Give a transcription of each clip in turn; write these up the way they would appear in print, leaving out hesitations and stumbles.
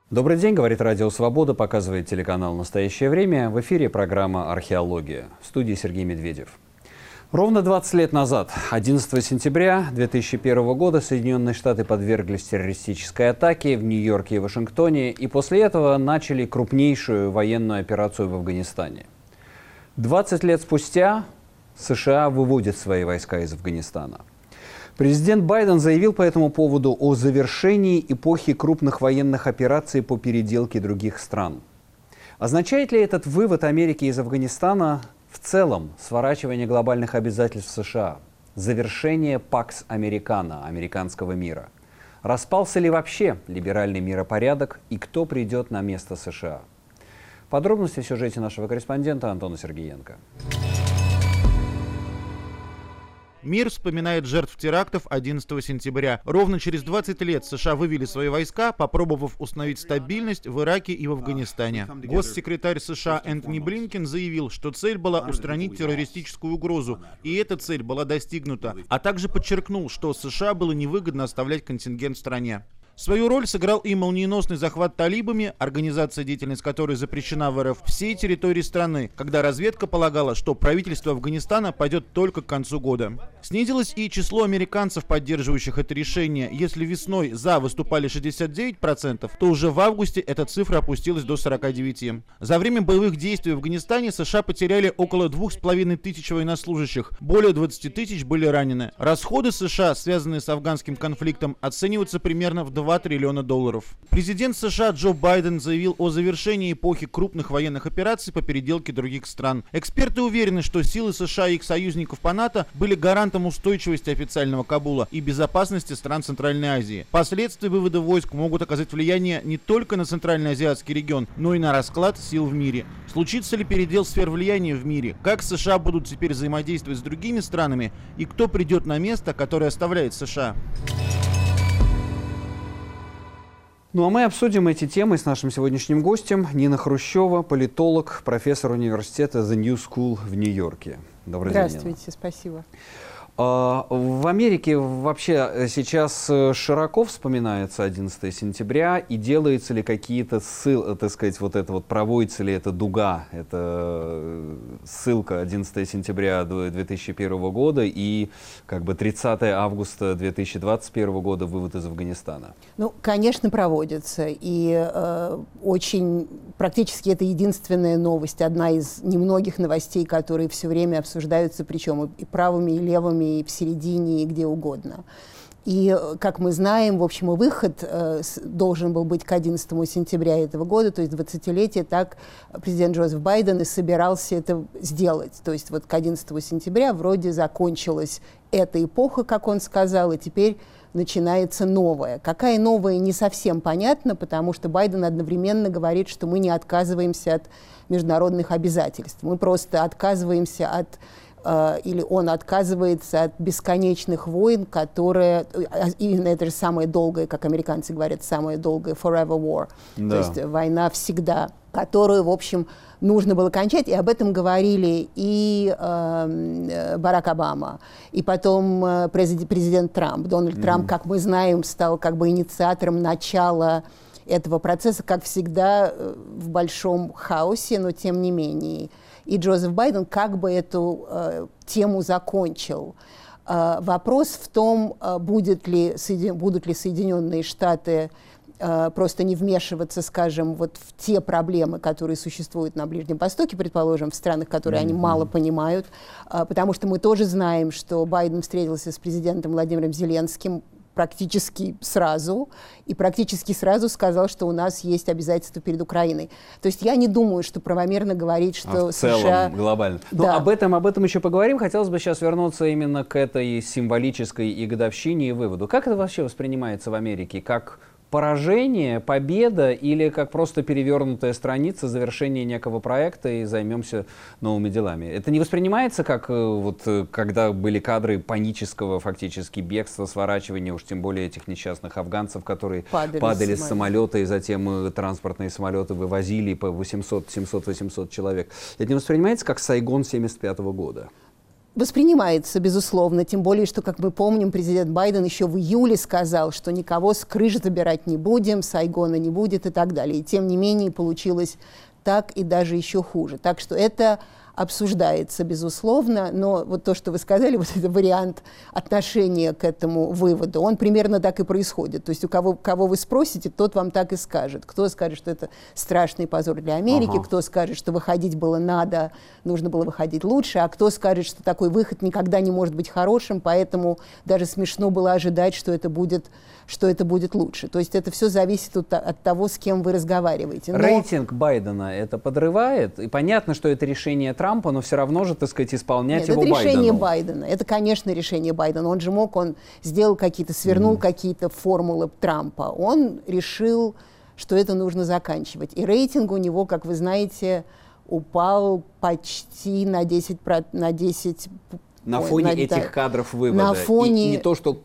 Добрый день, говорит Радио Свобода, показывает телеканал «Настоящее время». В эфире программа «Археология». В студии Сергей Медведев. Ровно 20 лет назад, 11 сентября 2001 года, Соединенные Штаты подверглись террористической атаке в Нью-Йорке и Вашингтоне, и после этого начали крупнейшую военную операцию в Афганистане. 20 лет спустя США выводят свои войска из Афганистана. Президент Байден заявил по этому поводу о завершении эпохи крупных военных операций по переделке других стран. Означает ли этот вывод Америки из Афганистана в целом сворачивание глобальных обязательств США, завершение Пакс Американо, американского мира? Распался ли вообще либеральный миропорядок и кто придет на место США? Подробности в сюжете нашего корреспондента Антона Сергеенко. Мир вспоминает жертв терактов 11 сентября. Ровно через 20 лет США вывели свои войска, попробовав установить стабильность в Ираке и в Афганистане. Госсекретарь США Энтони Блинкен заявил, что цель была устранить террористическую угрозу, и эта цель была достигнута, а также подчеркнул, что США было невыгодно оставлять контингент в стране. Свою роль сыграл и молниеносный захват талибами, организация, деятельность которой запрещена в РФ, всей территории страны, когда разведка полагала, что правительство Афганистана пойдет только к концу года. Снизилось и число американцев, поддерживающих это решение. Если весной «за» выступали 69%, то уже в августе эта цифра опустилась до 49%. За время боевых действий в Афганистане США потеряли около 2500 военнослужащих, более 20 тысяч были ранены. Расходы США, связанные с афганским конфликтом, оцениваются примерно в 2 триллиона долларов. Президент США Джо Байден заявил о завершении эпохи крупных военных операций по переделке других стран. Эксперты уверены, что силы США и их союзников по НАТО были гарантом устойчивости официального Кабула и безопасности стран Центральной Азии. Последствия вывода войск могут оказать влияние не только на Центральноазиатский регион, но и на расклад сил в мире. Случится ли передел сфер влияния в мире? Как США будут теперь взаимодействовать с другими странами? И кто придет на место, которое оставляет США? Ну а мы обсудим эти темы с нашим сегодняшним гостем. Нина Хрущева, политолог, профессор университета The New School в Нью-Йорке. Добрый день, Нина. Здравствуйте, спасибо. В Америке вообще сейчас широко вспоминается 11 сентября, и делаются ли какие-то так сказать, вот это вот, проводится ли эта дуга, это ссылка 11 сентября 2001 года и как бы 30 августа 2021 года вывод из Афганистана? Ну, конечно, проводится, и практически это единственная новость, одна из немногих новостей, которые все время обсуждаются, причем и правыми, и левыми, и в середине, и где угодно. И, как мы знаем, в общем, и выход должен был быть к 11 сентября этого года, то есть 20-летие, так президент Джозеф Байден и собирался это сделать. То есть вот к 11 сентября вроде закончилась эта эпоха, как он сказал, и теперь начинается новая. Какая новая, не совсем понятно, потому что Байден одновременно говорит, что мы не отказываемся от международных обязательств, мы просто отказываемся от или он отказывается от бесконечных войн, которые, именно это же самое долгое, как американцы говорят, самое долгое forever war, да. То есть война всегда, которую, в общем, нужно было кончать, и об этом говорили и Барак Обама, и потом президент Трамп. Дональд Трамп, как мы знаем, стал как бы инициатором начала этого процесса, как всегда, в большом хаосе, но тем не менее. И Джозеф Байден как бы эту тему закончил. Вопрос в том, будут ли Соединенные Штаты просто не вмешиваться, скажем, вот в те проблемы, которые существуют на Ближнем Востоке, предположим, в странах, которые они мало понимают, потому что мы тоже знаем, что Байден встретился с президентом Владимиром Зеленским практически сразу сказал, что у нас есть обязательства перед Украиной. То есть я не думаю, что правомерно говорить, что в целом, США... глобально. Да. Но об этом еще поговорим. Хотелось бы сейчас вернуться именно к этой символической и годовщине, и выводу. Как это вообще воспринимается в Америке? Как поражение, победа или как просто перевернутая страница, завершение некого проекта и займемся новыми делами? Это не воспринимается как вот когда были кадры панического фактически бегства, сворачивания, уж тем более этих несчастных афганцев, которые падали с самолета и затем транспортные самолеты вывозили по 800, 700, 800 человек. Это не воспринимается как Сайгон 1975 года? Воспринимается, безусловно, тем более, что, как мы помним, президент Байден еще в июле сказал, что никого с крыш забирать не будем, Сайгона не будет и так далее. И тем не менее получилось так и даже еще хуже. Так что это обсуждается, безусловно, но вот то, что вы сказали, вот этот вариант отношения к этому выводу, он примерно так и происходит. То есть у кого вы спросите, тот вам так и скажет. Кто скажет, что это страшный позор для Америки, кто скажет, что выходить было надо, нужно было выходить лучше, а кто скажет, что такой выход никогда не может быть хорошим, поэтому даже смешно было ожидать, что это будет лучше. То есть это все зависит от того, с кем вы разговариваете. Рейтинг Байдена это подрывает? И понятно, что это решение Трампа, но все равно же, так сказать, исполнять его Байдену. Это решение Байдена. Это, конечно, решение Байдена. Он же он сделал свернул какие-то формулы Трампа. Он решил, что это нужно заканчивать. И рейтинг у него, как вы знаете, упал почти на 10 на фоне этих кадров вывода. На фоне... И не то, что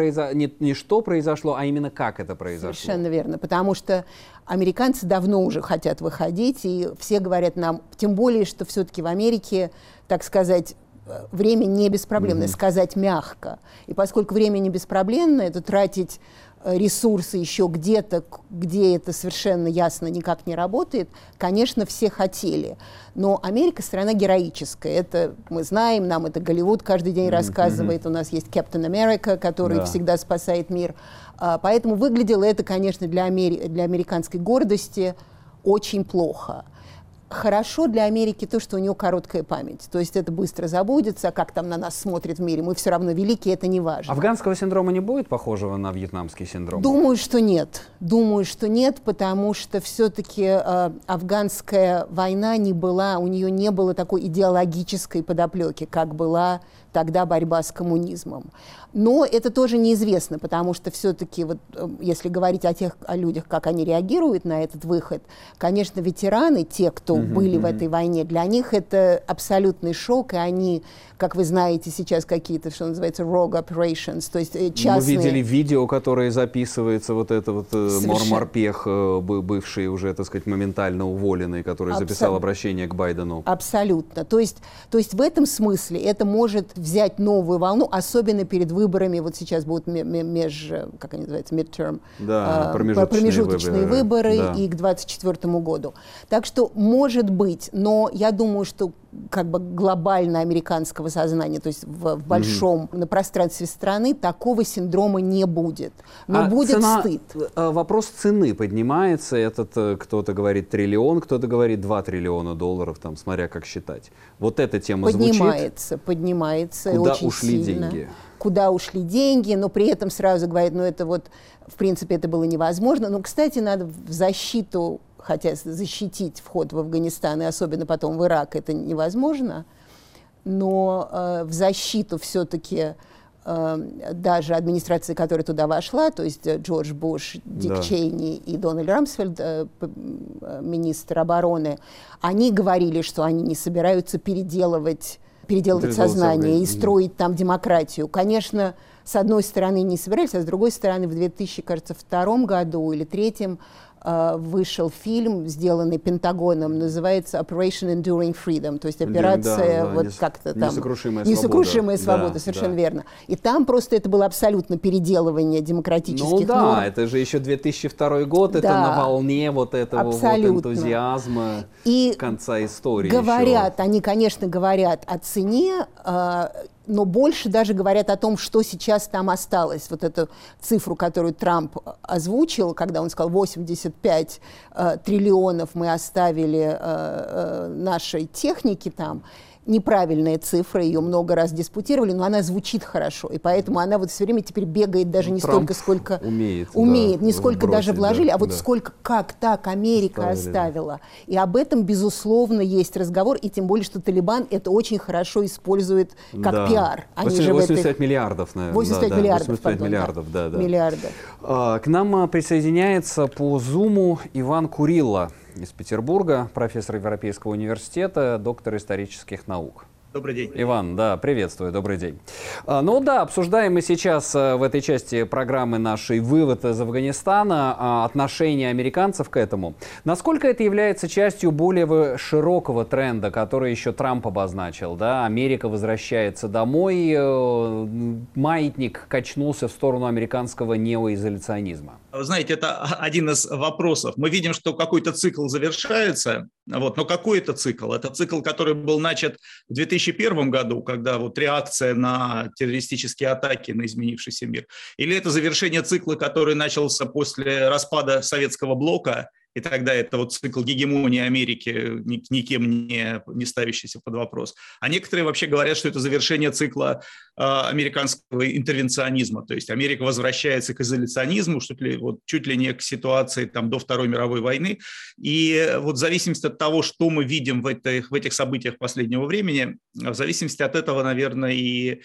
не что произошло, а именно как это произошло. Совершенно верно. Потому что американцы давно уже хотят выходить, и все говорят нам, тем более, что все-таки в Америке, так сказать, время не беспроблемное, сказать мягко. И поскольку время не беспроблемное, то тратить ресурсы еще где-то, где это совершенно ясно никак не работает, конечно, все хотели. Но Америка страна героическая. Это мы знаем, нам это Голливуд каждый день рассказывает. У нас есть Captain America, который всегда спасает мир. Поэтому выглядело это, конечно, для американской гордости очень плохо. Хорошо для Америки то, что у нее короткая память. То есть это быстро забудется, как там на нас смотрят в мире. Мы все равно великие, это не важно. Афганского синдрома не будет похожего на вьетнамский синдром? Думаю, что нет. Думаю, что нет, потому что все-таки афганская война у нее не было такой идеологической подоплеки, как была тогда борьба с коммунизмом. Но это тоже неизвестно, потому что все-таки, вот, если говорить о людях, как они реагируют на этот выход, конечно, ветераны, те, кто были в этой войне, для них это абсолютный шок, и они, как вы знаете, сейчас какие-то, что называется, rogue operations, то есть частные... Мы видели видео, которое записывается, вот это вот Морморпех, бывший уже, так сказать, моментально уволенный, который записал обращение к Байдену. Абсолютно. То есть в этом смысле это может взять новую волну, особенно перед выборами. Вот сейчас будут как они называются, midterm, промежуточные выборы и к 2024 году. Так что может быть, но я думаю, что как бы глобально американского сознания, то есть в большом на пространстве страны такого синдрома не будет. Но будет стыд. Вопрос цены поднимается. Кто-то говорит триллион, кто-то говорит 2 триллиона долларов, там, смотря как считать. Вот эта тема поднимается Куда очень ушли сильно. Деньги? Куда ушли деньги, но при этом сразу говорят, это вот, в принципе, это было невозможно. Но, кстати, надо в защиту, хотя защитить вход в Афганистан и особенно потом в Ирак, это невозможно, но в защиту все-таки даже администрации, которая туда вошла, то есть Джордж Буш, Дик Чейни и Дональд Рамсфельд, министр обороны, они говорили, что они не собираются переделывать сознание и строить там демократию. Конечно, с одной стороны не собирались, а с другой стороны в 2002 году или 2003 вышел фильм, сделанный Пентагоном, называется Operation Enduring Freedom, то есть операция как-то там... Несокрушимая свобода, совершенно верно. И там просто это было абсолютно переделывание демократических норм. Это же еще 2002 год, это на волне вот этого вот энтузиазма конца истории. Они, конечно, говорят о цене, но больше даже говорят о том, что сейчас там осталось. Вот эту цифру, которую Трамп озвучил, когда он сказал, 85 триллионов мы оставили нашей техники там. Неправильная цифра, ее много раз диспутировали, но она звучит хорошо, и поэтому она вот все время теперь бегает даже не столько, сколько умеет, не сколько даже вложили, а вот сколько, как так Америка оставила. И об этом, безусловно, есть разговор, и тем более, что Талибан это очень хорошо использует как пиар. 85 миллиардов, наверное. 85 миллиардов, миллиардов. К нам присоединяется по Зуму Иван Курило из Петербурга, профессор Европейского университета, доктор исторических наук. Добрый день. Иван, да, приветствую, добрый день. Ну да, обсуждаем мы сейчас в этой части программы нашей «Вывод из Афганистана» отношение американцев к этому. Насколько это является частью более широкого тренда, который еще Трамп обозначил, да? Америка возвращается домой, маятник качнулся в сторону американского неоизоляционизма. Вы знаете, это один из вопросов. Мы видим, что какой-то цикл завершается, но какой это цикл? Это цикл, который был начат в 2001 году, когда реакция на террористические атаки на изменившийся мир. Или это завершение цикла, который начался после распада Советского блока, и тогда это цикл гегемонии Америки, никем не ставящийся под вопрос. А некоторые вообще говорят, что это завершение цикла американского интервенционизма. То есть Америка возвращается к изоляционизму, чуть ли не к ситуации до Второй мировой войны. И в зависимости от того, что мы видим в этих событиях последнего времени, в зависимости от этого, наверное, и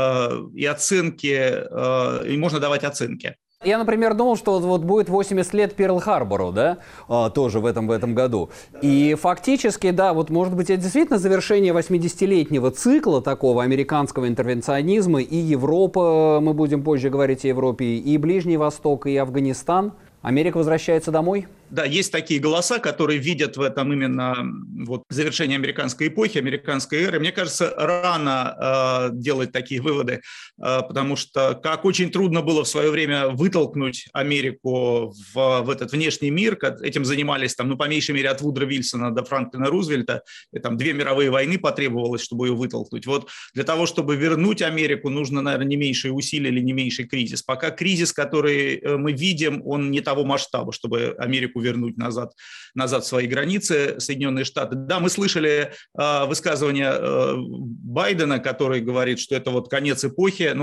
оценки, и можно давать оценки. Я, например, думал, что будет 80 лет Перл-Харбору, да, тоже в этом году. И фактически, да, может быть, это действительно завершение 80-летнего цикла такого американского интервенционизма, и Европа, мы будем позже говорить о Европе, и Ближний Восток, и Афганистан. Америка возвращается домой? Да, есть такие голоса, которые видят в этом именно завершение американской эпохи, американской эры. Мне кажется, рано делать такие выводы, потому что как очень трудно было в свое время вытолкнуть Америку в этот внешний мир, этим занимались по меньшей мере от Вудро Вильсона до Франклина Рузвельта, и 2 мировые войны потребовалось, чтобы ее вытолкнуть. Для того, чтобы вернуть Америку, нужно, наверное, не меньшие усилия или не меньший кризис. Пока кризис, который мы видим, он не того масштаба, чтобы Америку вернуть назад в свои границы, Соединенные Штаты. Да, мы слышали высказывание Байдена, который говорит, что это конец эпохи,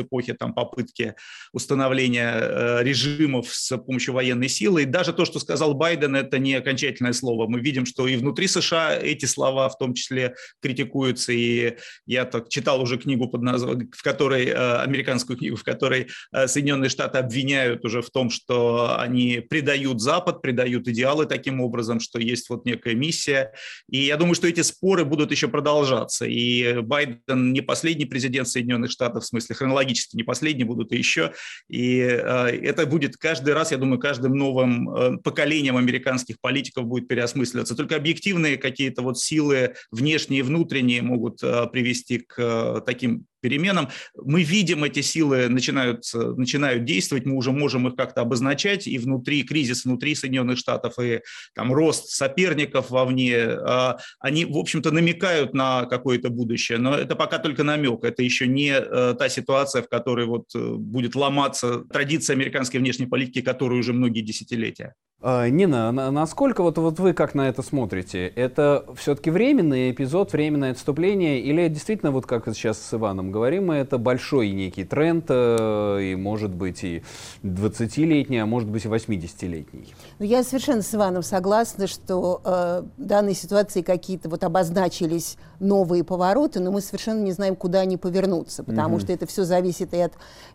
попытки установления режимов с помощью военной силы. И даже то, что сказал Байден, это не окончательное слово. Мы видим, что и внутри США эти слова в том числе критикуются. И я читал уже книгу американскую книгу, в которой Соединенные Штаты обвиняют уже в том, что они предают Запад, предают идеалы таким образом, что есть некая миссия. И я думаю, что эти споры будут еще продолжаться. И Байден не последний президент Соединенных Штатов, в смысле хронологически не последний, будут и еще. И это будет каждый раз, я думаю, каждым новым поколением американских политиков будет переосмысливаться. Только объективные какие-то силы внешние и внутренние могут привести к таким переменам. Мы видим, эти силы начинают действовать, мы уже можем их как-то обозначать, и кризис внутри Соединенных Штатов, и рост соперников вовне, они, в общем-то, намекают на какое-то будущее, но это пока только намек, это еще не та ситуация, в которой будет ломаться традиция американской внешней политики, которую уже многие десятилетия. Нина, насколько вы как на это смотрите? Это все-таки временный эпизод, временное отступление, или действительно, как сейчас с Иваном говорим, это большой некий тренд, и может быть и 20-летний, а может быть и 80-летний? Я совершенно с Иваном согласна, что в данной ситуации какие-то обозначились новые повороты, но мы совершенно не знаем, куда они повернутся, потому что это все зависит и от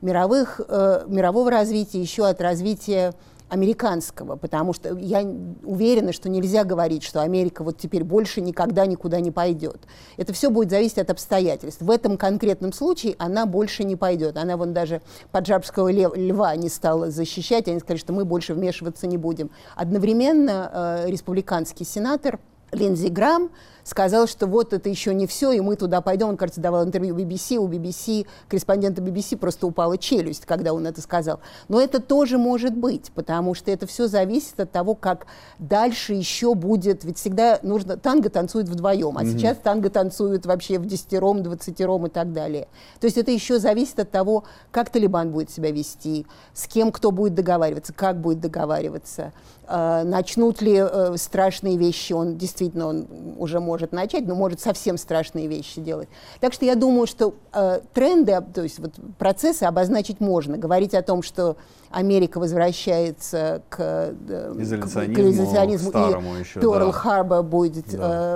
мирового развития, еще от развития американского, потому что я уверена, что нельзя говорить, что Америка теперь больше никогда никуда не пойдет. Это все будет зависеть от обстоятельств. В этом конкретном случае она больше не пойдет. Она даже поджарского льва не стала защищать, они сказали, что мы больше вмешиваться не будем. Одновременно республиканский сенатор Линдзи Грaham сказал, что это еще не все, и мы туда пойдем. Он, кажется, давал интервью BBC, у BBC, корреспондента BBC просто упала челюсть, когда он это сказал. Но это тоже может быть, потому что это все зависит от того, как дальше еще будет. Ведь всегда нужно... Танго танцует вдвоем, а сейчас танго танцует вообще в 10-ром, 20-ром и так далее. То есть это еще зависит от того, как Талибан будет себя вести, с кем кто будет договариваться, как будет договариваться, начнут ли страшные вещи. Он действительно уже может начать, но может совсем страшные вещи делать. Так что я думаю, что тренды, то есть процессы обозначить можно. Говорить о том, что Америка возвращается к изоляционизму старому и еще, Перл-Харбор будет,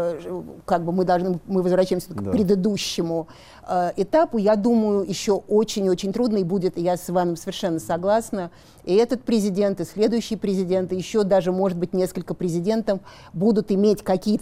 мы возвращаемся к предыдущему этапу, я думаю, еще очень-очень трудно, и будет, я с Иваном совершенно согласна, и этот президент, и следующий президент, и еще даже, может быть, несколько президентов будут иметь какие-то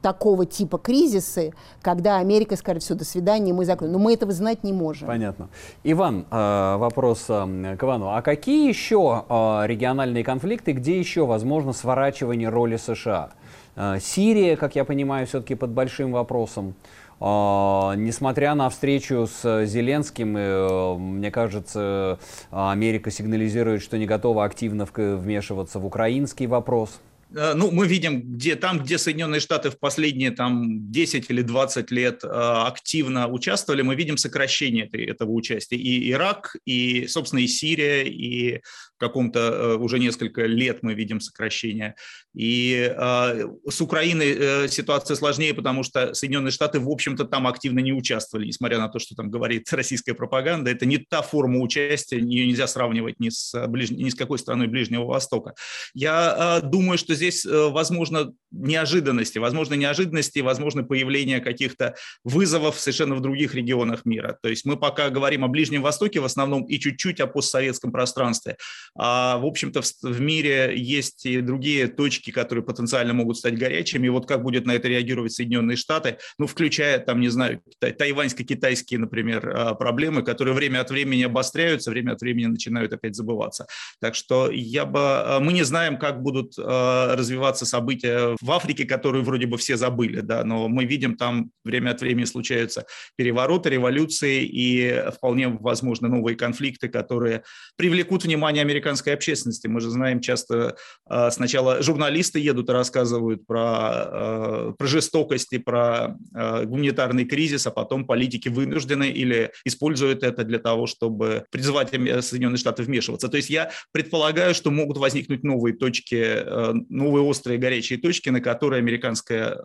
такого типа кризисы, когда Америка скажет: все, до свидания, мы закроем. Но мы этого знать не можем. Понятно. Иван, вопрос к Ивану. А какие еще региональные конфликты, где еще возможно сворачивание роли США? Сирия, как я понимаю, все-таки под большим вопросом. Несмотря на встречу с Зеленским, мне кажется, Америка сигнализирует, что не готова активно вмешиваться в украинский вопрос. Ну, мы видим, где Соединенные Штаты в последние 10 или 20 лет активно участвовали, мы видим сокращение этого участия. И Ирак, и, собственно, и Сирия, и в каком-то уже несколько лет мы видим сокращение. И с Украиной ситуация сложнее, потому что Соединенные Штаты, в общем-то, там активно не участвовали, несмотря на то, что там говорит российская пропаганда. Это не та форма участия, ее нельзя сравнивать ни с какой страной Ближнего Востока. Я думаю, что здесь возможно неожиданности, возможно появление каких-то вызовов совершенно в других регионах мира. То есть мы пока говорим о Ближнем Востоке в основном и чуть-чуть о постсоветском пространстве. А в общем-то в мире есть и другие точки, которые потенциально могут стать горячими. И вот как будет на это реагировать Соединенные Штаты, ну, включая там, не знаю, тайваньско-китайские, например, проблемы, которые время от времени обостряются, время от времени начинают опять забываться. Так что мы не знаем, как будут развиваться события в Африке, которые вроде бы все забыли, да, но мы видим, там время от времени случаются перевороты, революции и вполне возможно новые конфликты, которые привлекут внимание американской общественности. Мы же знаем, часто сначала журналисты едут и рассказывают про жестокость и про гуманитарный кризис, а потом политики вынуждены или используют это для того, чтобы призывать Соединенные Штаты вмешиваться. То есть я предполагаю, что могут возникнуть новые точки, новые острые горячие точки, на которые американская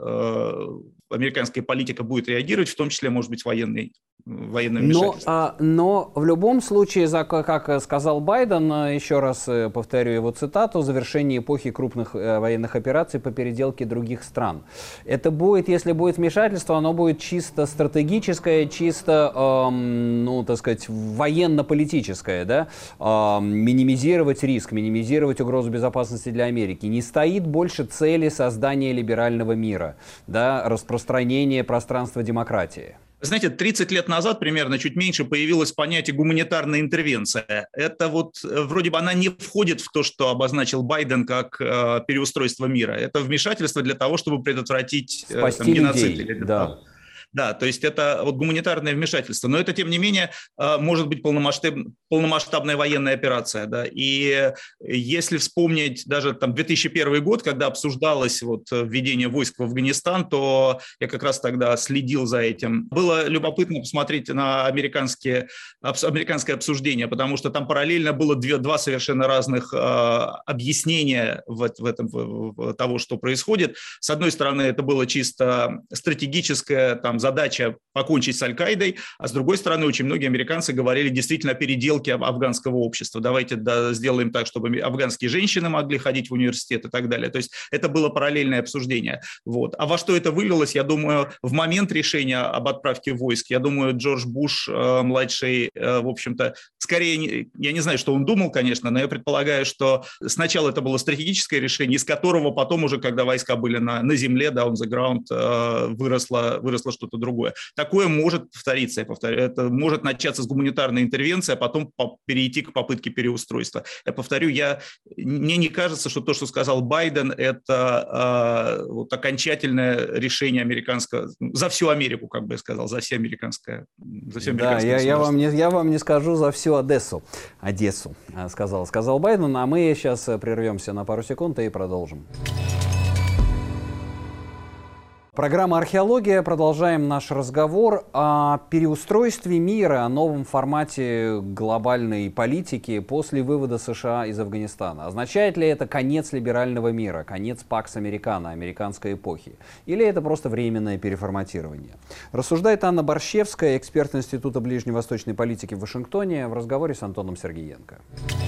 политика будет реагировать, в том числе, может быть, военным вмешательством. Но в любом случае, как сказал Байден, еще раз повторю его цитату, завершение эпохи крупных военных операций по переделке других стран. Это будет, если будет вмешательство, оно будет чисто стратегическое, чисто, военно-политическое, да? Минимизировать риск, минимизировать угрозу безопасности для Америки. Не стоит больше цели создания либерального мира, да, распространения пространства демократии. Знаете, 30 лет назад, примерно, чуть меньше, появилось понятие гуманитарная интервенция. Это вроде бы она не входит в то, что обозначил Байден как переустройство мира. Это вмешательство для того, чтобы предотвратить геноцид. Людей, да. Да, то есть это гуманитарное вмешательство. Но это, тем не менее, может быть полномасштабная военная операция. Да? И если вспомнить даже 2001 год, когда обсуждалось введение войск в Афганистан, то я как раз тогда следил за этим. Было любопытно посмотреть на американское обсуждение, потому что там параллельно было два совершенно разных объяснения того, что происходит. С одной стороны, это было чисто стратегическое, задача покончить с Аль-Каидой, а с другой стороны, очень многие американцы говорили действительно о переделке афганского общества. Давайте сделаем так, чтобы афганские женщины могли ходить в университет и так далее. То есть это было параллельное обсуждение. А во что это вылилось, я думаю, в момент решения об отправке войск, я думаю, Джордж Буш младший, в общем-то, скорее, я не знаю, что он думал, конечно, но я предполагаю, что сначала это было стратегическое решение, из которого потом уже, когда войска были на земле, on the ground, выросло что-то другое. Такое может повториться, я повторю. Это может начаться с гуманитарной интервенции, а потом перейти к попытке переустройства. Я повторю, мне не кажется, что то, что сказал Байден, это окончательное решение американского, за всю Америку, как бы я сказал, за все американское. Да, я вам не скажу за всю Одессу, сказал Байден, а мы сейчас прервемся на пару секунд и продолжим. Программа «Археология». Продолжаем наш разговор о переустройстве мира, о новом формате глобальной политики после вывода США из Афганистана. Означает ли это конец либерального мира, конец Пакс Американо, американской эпохи? Или это просто временное переформатирование? Рассуждает Анна Борщевская, эксперт Института ближневосточной политики в Вашингтоне, в разговоре с Антоном Сергиенко.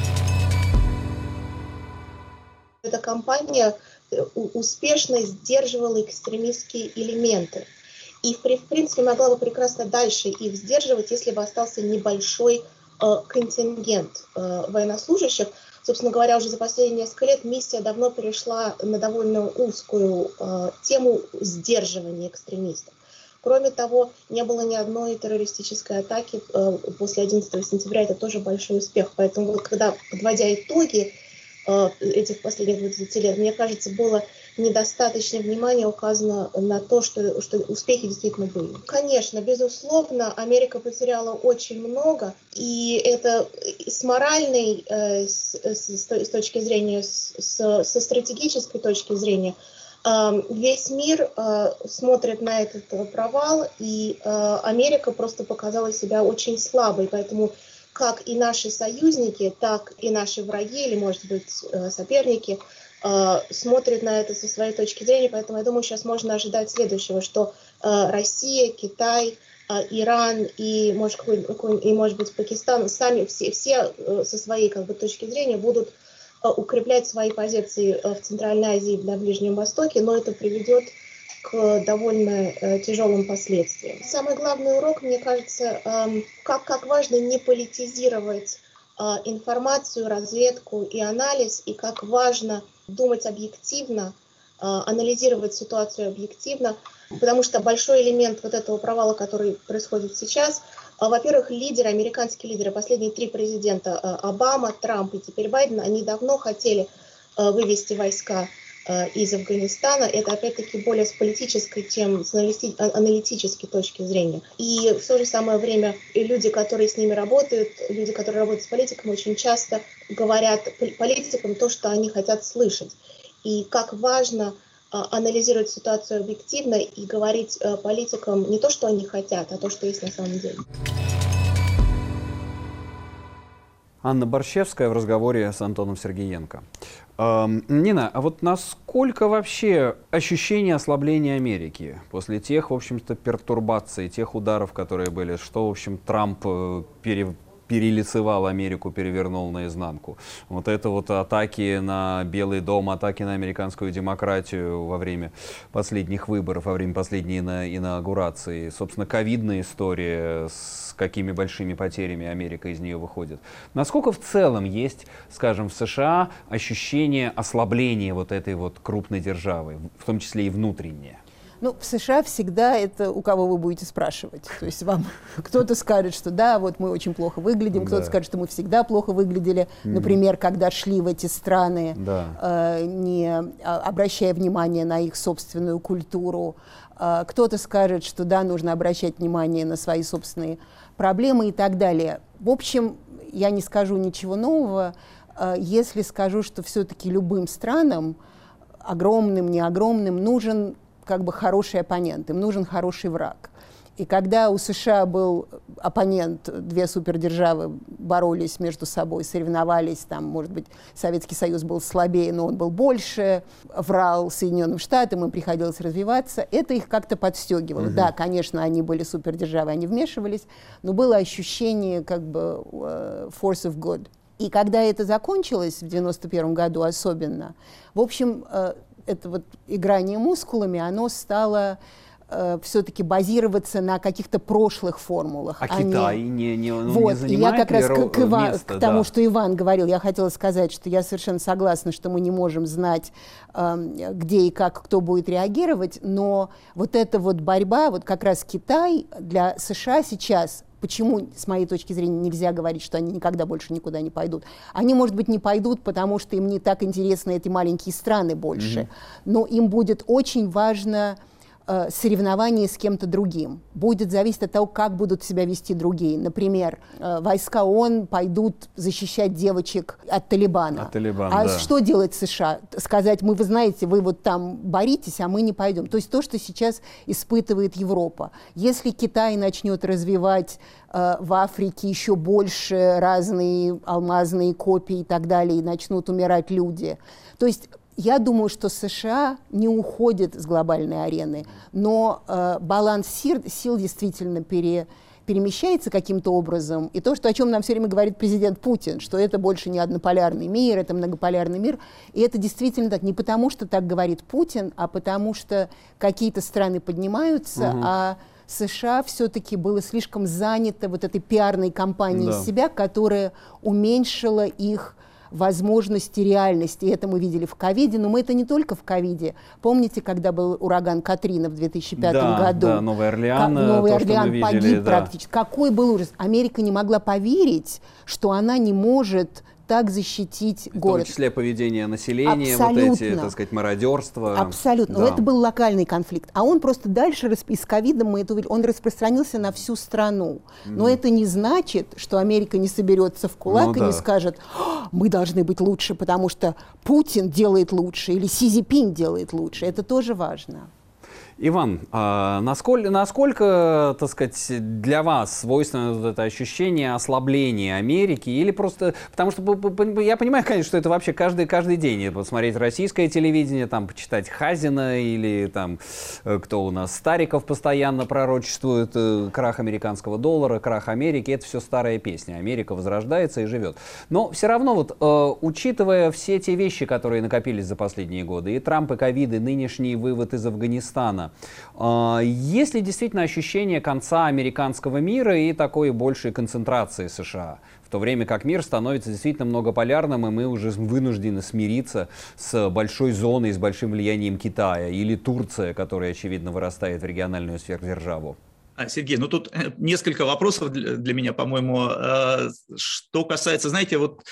Эта кампания успешно сдерживала экстремистские элементы. И, в принципе, могла бы прекрасно дальше их сдерживать, если бы остался небольшой контингент военнослужащих. собственно говоря, уже за последние несколько лет миссия давно перешла на довольно узкую тему сдерживания экстремистов. Кроме того, не было ни одной террористической атаки после 11 сентября, это тоже большой успех. Поэтому, вот, когда, подводя итоги этих последних 20 лет, мне кажется, было недостаточно внимания указано на то, что успехи действительно были. Конечно, безусловно, Америка потеряла очень много, и это с моральной, с точки зрения, со стратегической точки зрения, весь мир смотрит на этот провал, и Америка просто показала себя очень слабой, поэтому как и наши союзники, так и наши враги, или, может быть, соперники, смотрят на это со своей точки зрения, поэтому я думаю, сейчас можно ожидать следующего, что Россия, Китай, Иран и, может быть, Пакистан, сами все со своей точки зрения будут укреплять свои позиции в Центральной Азии и на Ближнем Востоке, но это приведет к довольно тяжелым последствиям. Самый главный урок, мне кажется, как важно не политизировать информацию, разведку и анализ, и как важно думать объективно, анализировать ситуацию объективно, потому что большой элемент вот этого провала, который происходит сейчас, во-первых, американские лидеры, последние 3 президента, Обама, Трамп и теперь Байден, они давно хотели вывести войска из Афганистана. Это опять-таки более с политической, чем с аналитической точки зрения. И в то же самое время люди, которые с ними работают, люди, которые работают с политиками, очень часто говорят политикам то, что они хотят слышать. И как важно анализировать ситуацию объективно и говорить политикам не то, что они хотят, а то, что есть на самом деле. Анна Борщевская в разговоре с Антоном Сергеенко. Нина, а вот насколько вообще ощущение ослабления Америки после тех, в общем-то, пертурбаций, тех ударов, которые были, что, в общем, Трамп перелицевал Америку, перевернул наизнанку. Вот это вот атаки на Белый дом, атаки на американскую демократию во время последних выборов, во время последней инаугурации. Собственно, ковидная история, с какими большими потерями Америка из нее выходит. Насколько в целом есть, скажем, в США ощущение ослабления вот этой вот крупной державы, в том числе и внутреннее? Ну, в США всегда это у кого вы будете спрашивать. То есть вам кто-то скажет, что да, вот мы очень плохо выглядим, кто-то скажет, что мы всегда плохо выглядели. Например, когда шли в эти страны, не обращая внимания на их собственную культуру. Кто-то скажет, что да, нужно обращать внимание на свои собственные проблемы и так далее. В общем, я не скажу ничего нового, если скажу, что все-таки любым странам, огромным, не огромным, нужен как бы хороший оппонент, им нужен хороший враг. И когда у США был оппонент, 2 супердержавы боролись между собой, соревновались, там, может быть, Советский Союз был слабее, но он был больше, врал Соединенным Штатам, им приходилось развиваться, это их как-то подстегивало. Да, конечно, они были супердержавы, они вмешивались, но было ощущение как бы force of good. И когда это закончилось, в 1991 году особенно, в общем, это вот играние мускулами, оно стало все-таки базироваться на каких-то прошлых формулах. А Китай не вот, занимает и я как раз место, к тому, что Иван говорил, я хотела сказать, что я совершенно согласна, что мы не можем знать, где и как кто будет реагировать, но вот эта вот борьба, вот как раз Китай для США сейчас. Почему, с моей точки зрения, нельзя говорить, что они никогда больше никуда не пойдут? Они, может быть, не пойдут, потому что им не так интересны эти маленькие страны больше. Но им будет очень важно соревнование с кем-то другим. Будет зависеть от того, как будут себя вести другие. Например, войска ООН пойдут защищать девочек от Талибана. Что делать США? Сказать, вы знаете, вы вот там боритесь, а мы не пойдем. То есть то, что сейчас испытывает Европа. Если Китай начнет развивать в Африке еще больше разные алмазные копии и так далее, и начнут умирать люди. То есть я думаю, что США не уходит с глобальной арены, но баланс сил действительно перемещается каким-то образом. И то, о чем нам все время говорит президент Путин, что это больше не однополярный мир, это многополярный мир. И это действительно так. Не потому, что так говорит Путин, а потому что какие-то страны поднимаются, а США все-таки было слишком занято вот этой пиарной кампанией себя, которая уменьшила их возможности реальности. И это мы видели в ковиде, но мы это не только в ковиде. Помните, когда был ураган Катрина в 2005 году? Да, Новый Орлеан, Новый Орлеан видели, погиб практически. Какой был ужас. Америка не могла поверить, что она не может так защитить город. В том числе поведение населения, Абсолютно. вот эти, так сказать, мародерство. Абсолютно. Да. Но это был локальный конфликт. А он просто дальше, из ковида мы это увидели, он распространился на всю страну. Но это не значит, что Америка не соберется в кулак и не скажет, мы должны быть лучше, потому что Путин делает лучше или Си Цзиньпин делает лучше. Это тоже важно. Иван, насколько, так сказать, для вас свойственно вот это ощущение ослабления Америки? Или просто... Потому что я понимаю, конечно, что это вообще каждый день. Посмотреть российское телевидение, там, почитать Хазина или там, кто у нас, Стариков постоянно пророчествует, крах американского доллара, крах Америки. Это все старая песня. Америка возрождается и живет. Но все равно, вот, учитывая все те вещи, которые накопились за последние годы, и Трамп, и ковид, и нынешний вывод из Афганистана, есть ли действительно ощущение конца американского мира и такой большей концентрации США? В то время как мир становится действительно многополярным, и мы уже вынуждены смириться с большой зоной, с большим влиянием Китая, или Турция, которая, очевидно, вырастает в региональную сверхдержаву. Сергей, ну тут несколько вопросов для меня, по-моему. Что касается, знаете, вот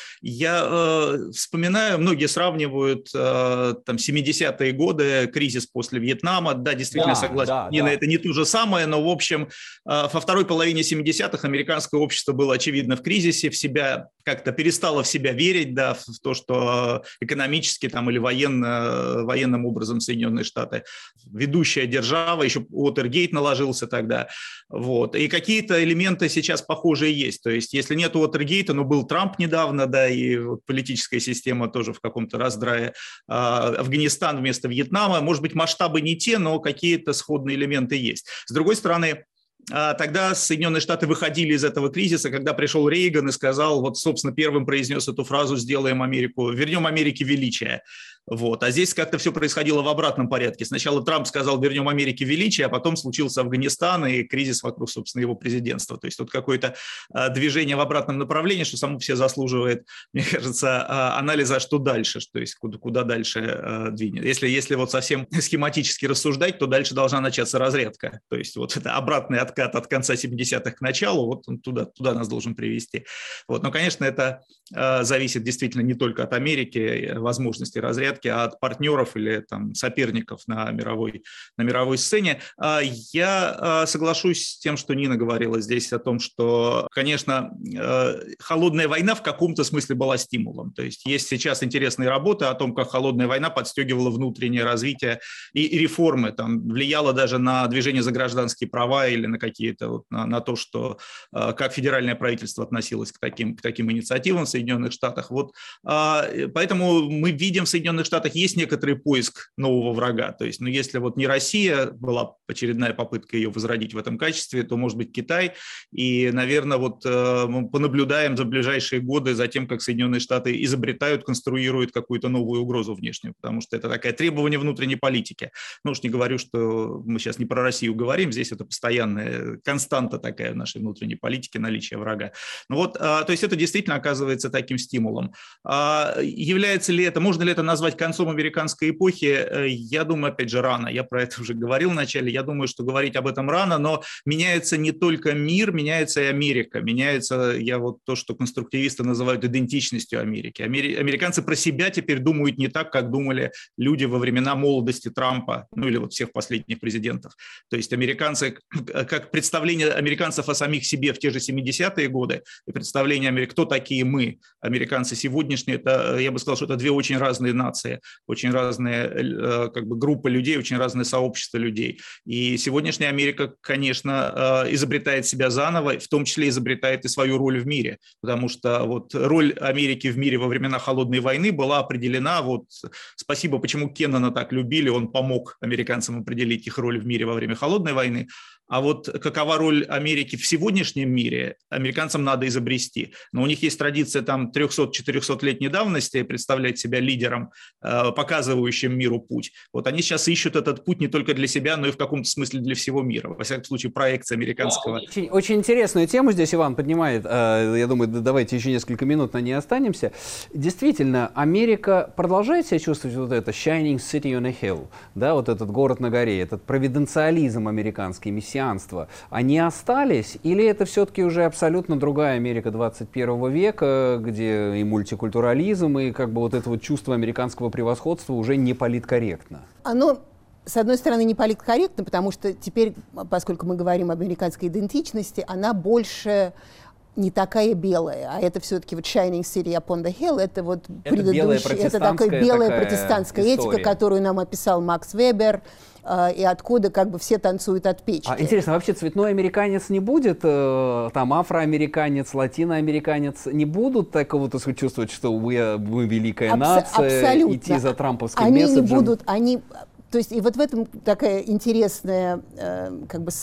я вспоминаю, многие сравнивают там 70-е годы, кризис после Вьетнама. Да, действительно, согласен, это не то же самое, но, в общем, во второй половине 70-х американское общество было, очевидно, в кризисе, в себя как-то перестало в себя верить, да, в то, что экономически там, или военным образом Соединенные Штаты ведущая держава, еще Уотергейт наложился тогда. Вот. И какие-то элементы сейчас похожие есть. То есть, если нет Уотергейта, но был Трамп недавно, да, и вот политическая система тоже в каком-то раздрае. Афганистан вместо Вьетнама. Может быть, масштабы не те, но какие-то сходные элементы есть. С другой стороны, тогда Соединенные Штаты выходили из этого кризиса, когда пришел Рейган и сказал, вот, собственно, первым произнес эту фразу «Сделаем Америку, вернем Америке величие». Вот. А здесь как-то все происходило в обратном порядке. Сначала Трамп сказал «вернем Америке величие», а потом случился Афганистан и кризис вокруг, собственно, его президентства. То есть тут какое-то движение в обратном направлении, что само все заслуживает, мне кажется, анализа, что дальше, то есть куда дальше двинет. Если вот совсем схематически рассуждать, то дальше должна начаться разрядка. То есть вот это обратный откат от конца 70-х к началу, вот он туда нас должен привести. Вот. Но, конечно, это зависит действительно не только от Америки, возможности разрядки, а от партнеров или там, соперников на мировой сцене. Я соглашусь с тем, что Нина говорила здесь о том, что, конечно, холодная война в каком-то смысле была стимулом. То есть сейчас интересные работы о том, как холодная война подстегивала внутреннее развитие и реформы, там, влияла даже на движение за гражданские права или на какие-то, вот, на то, что как федеральное правительство относилось к таким инициативам в Соединенных Штатах. Вот, поэтому мы видим в Соединенных Штатах есть некоторый поиск нового врага. То есть, если вот не Россия, была очередная попытка ее возродить в этом качестве, то, может быть, Китай. И, наверное, вот мы понаблюдаем за ближайшие годы за тем, как Соединенные Штаты изобретают, конструируют какую-то новую угрозу внешнюю, потому что это такое требование внутренней политики. Ну уж не говорю, что мы сейчас не про Россию говорим, здесь это постоянная константа такая в нашей внутренней политике, наличие врага. Ну вот, то есть это действительно оказывается таким стимулом. Является ли это, можно ли это назвать концом американской эпохи? Я думаю, опять же, рано. Я про это уже говорил вначале. Я думаю, что говорить об этом рано, но меняется не только мир, меняется и Америка. Меняется, то, что конструктивисты называют идентичностью Америки. Американцы про себя теперь думают не так, как думали люди во времена молодости Трампа, или вот всех последних президентов. То есть американцы, как представление американцев о самих себе в те же 70-е годы, и представление, кто такие мы, американцы сегодняшние, это, я бы сказал, что это две очень разные нации, очень разные группы людей, очень разные сообщества людей. И сегодняшняя Америка, конечно, изобретает себя заново, в том числе изобретает и свою роль в мире, потому что вот роль Америки в мире во времена Холодной войны была определена, спасибо, почему Кеннона так любили, он помог американцам определить их роль в мире во время Холодной войны, А вот какова роль Америки в сегодняшнем мире, американцам надо изобрести. Но у них есть традиция там 300-400-летней давности представлять себя лидером, показывающим миру путь. Вот они сейчас ищут этот путь не только для себя, но и в каком-то смысле для всего мира. Во всяком случае, проекция американского. Очень интересную тему здесь Иван поднимает. Я думаю, давайте еще несколько минут на ней останемся. Действительно, Америка продолжает себя чувствовать вот это shining city on a hill, да, вот этот город на горе, этот провиденциализм американский, мессианство. Они остались, или это все-таки уже абсолютно другая Америка 21 века, где и мультикультурализм, и как бы вот это вот чувство американского превосходства уже не политкорректно? Оно, с одной стороны, не политкорректно, потому что теперь, поскольку мы говорим об американской идентичности, она больше не такая белая, а это все-таки вот Shining City Upon the Hill, это вот предыдущая, это такая белая протестантская этика, которую нам описал Макс Вебер, и откуда как бы все танцуют от печки. Интересно, вообще цветной американец не будет, там афроамериканец, латиноамериканец не будут такого чувствовать, что мы великая нация, абсолютно. Идти за трамповским они месседжем? Не будут, то есть и вот в этом такая интересная как бы